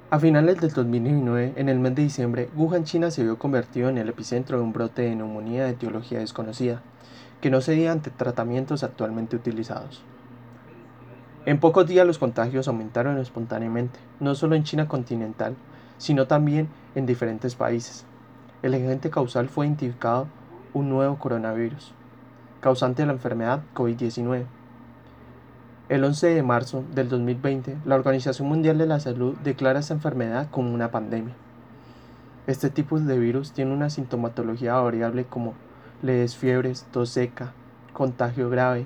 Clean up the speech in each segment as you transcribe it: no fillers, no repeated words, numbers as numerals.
A finales del 2019, en el mes de diciembre, Wuhan, China se vio convertido en el epicentro de un brote de neumonía de etiología desconocida, que no cedía ante tratamientos actualmente utilizados. En pocos días los contagios aumentaron espontáneamente, no solo en China continental, sino también en diferentes países. El agente causal fue identificado un nuevo coronavirus, causante de la enfermedad COVID-19. El 11 de marzo del 2020, la Organización Mundial de la Salud declara esta enfermedad como una pandemia. Este tipo de virus tiene una sintomatología variable como leves fiebres, tos seca, contagio grave,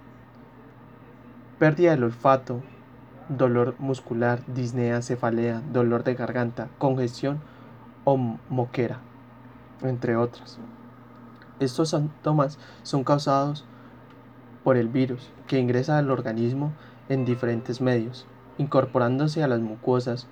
pérdida del olfato, dolor muscular, disnea, cefalea, dolor de garganta, congestión o moquera, entre otros. Estos síntomas son causados por el virus, que ingresa al organismo en diferentes medios, incorporándose a las mucosas,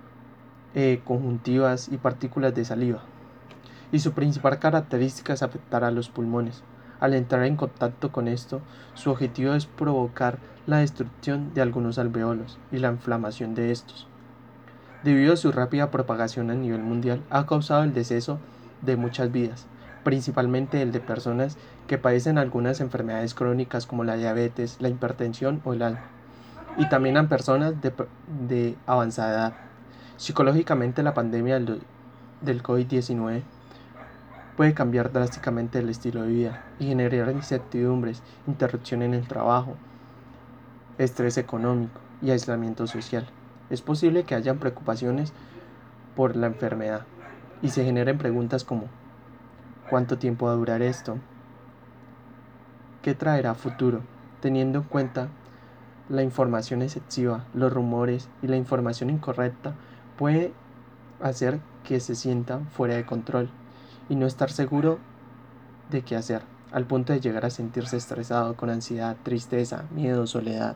conjuntivas y partículas de saliva. Y su principal característica es afectar a los pulmones. Al entrar en contacto con esto, su objetivo es provocar la destrucción de algunos alveolos y la inflamación de estos. Debido a su rápida propagación a nivel mundial, ha causado el deceso de muchas vidas, principalmente el de personas que padecen algunas enfermedades crónicas como la diabetes, la hipertensión o el asma, y también a personas de avanzada edad. Psicológicamente, la pandemia del COVID-19 puede cambiar drásticamente el estilo de vida y generar incertidumbres, interrupción en el trabajo, estrés económico y aislamiento social. Es posible que hayan preocupaciones por la enfermedad y se generen preguntas como ¿cuánto tiempo va a durar esto? ¿Qué traerá futuro? Teniendo en cuenta la información excesiva, los rumores y la información incorrecta puede hacer que se sientan fuera de control y no estar seguro de qué hacer, al punto de llegar a sentirse estresado con ansiedad, tristeza, miedo, soledad.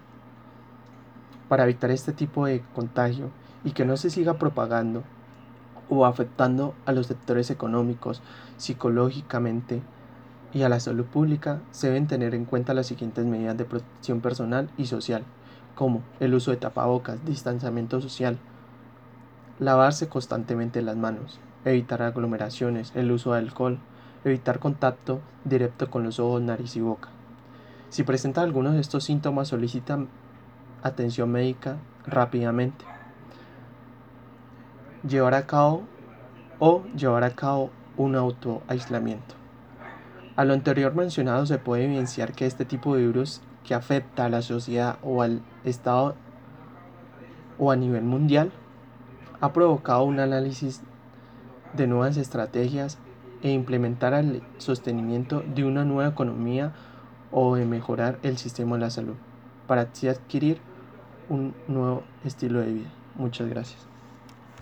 Para evitar este tipo de contagio y que no se siga propagando o afectando a los sectores económicos, psicológicamente y a la salud pública, se deben tener en cuenta las siguientes medidas de protección personal y social, como el uso de tapabocas, distanciamiento social, lavarse constantemente las manos, evitar aglomeraciones, el uso de alcohol, evitar contacto directo con los ojos, nariz y boca. Si presenta algunos de estos síntomas, solicita atención médica rápidamente. Llevar a cabo un autoaislamiento. A lo anterior mencionado se puede evidenciar que este tipo de virus que afecta a la sociedad o al Estado o a nivel mundial ha provocado un análisis de nuevas estrategias e implementar el sostenimiento de una nueva economía o de mejorar el sistema de la salud para así adquirir un nuevo estilo de vida. Muchas gracias.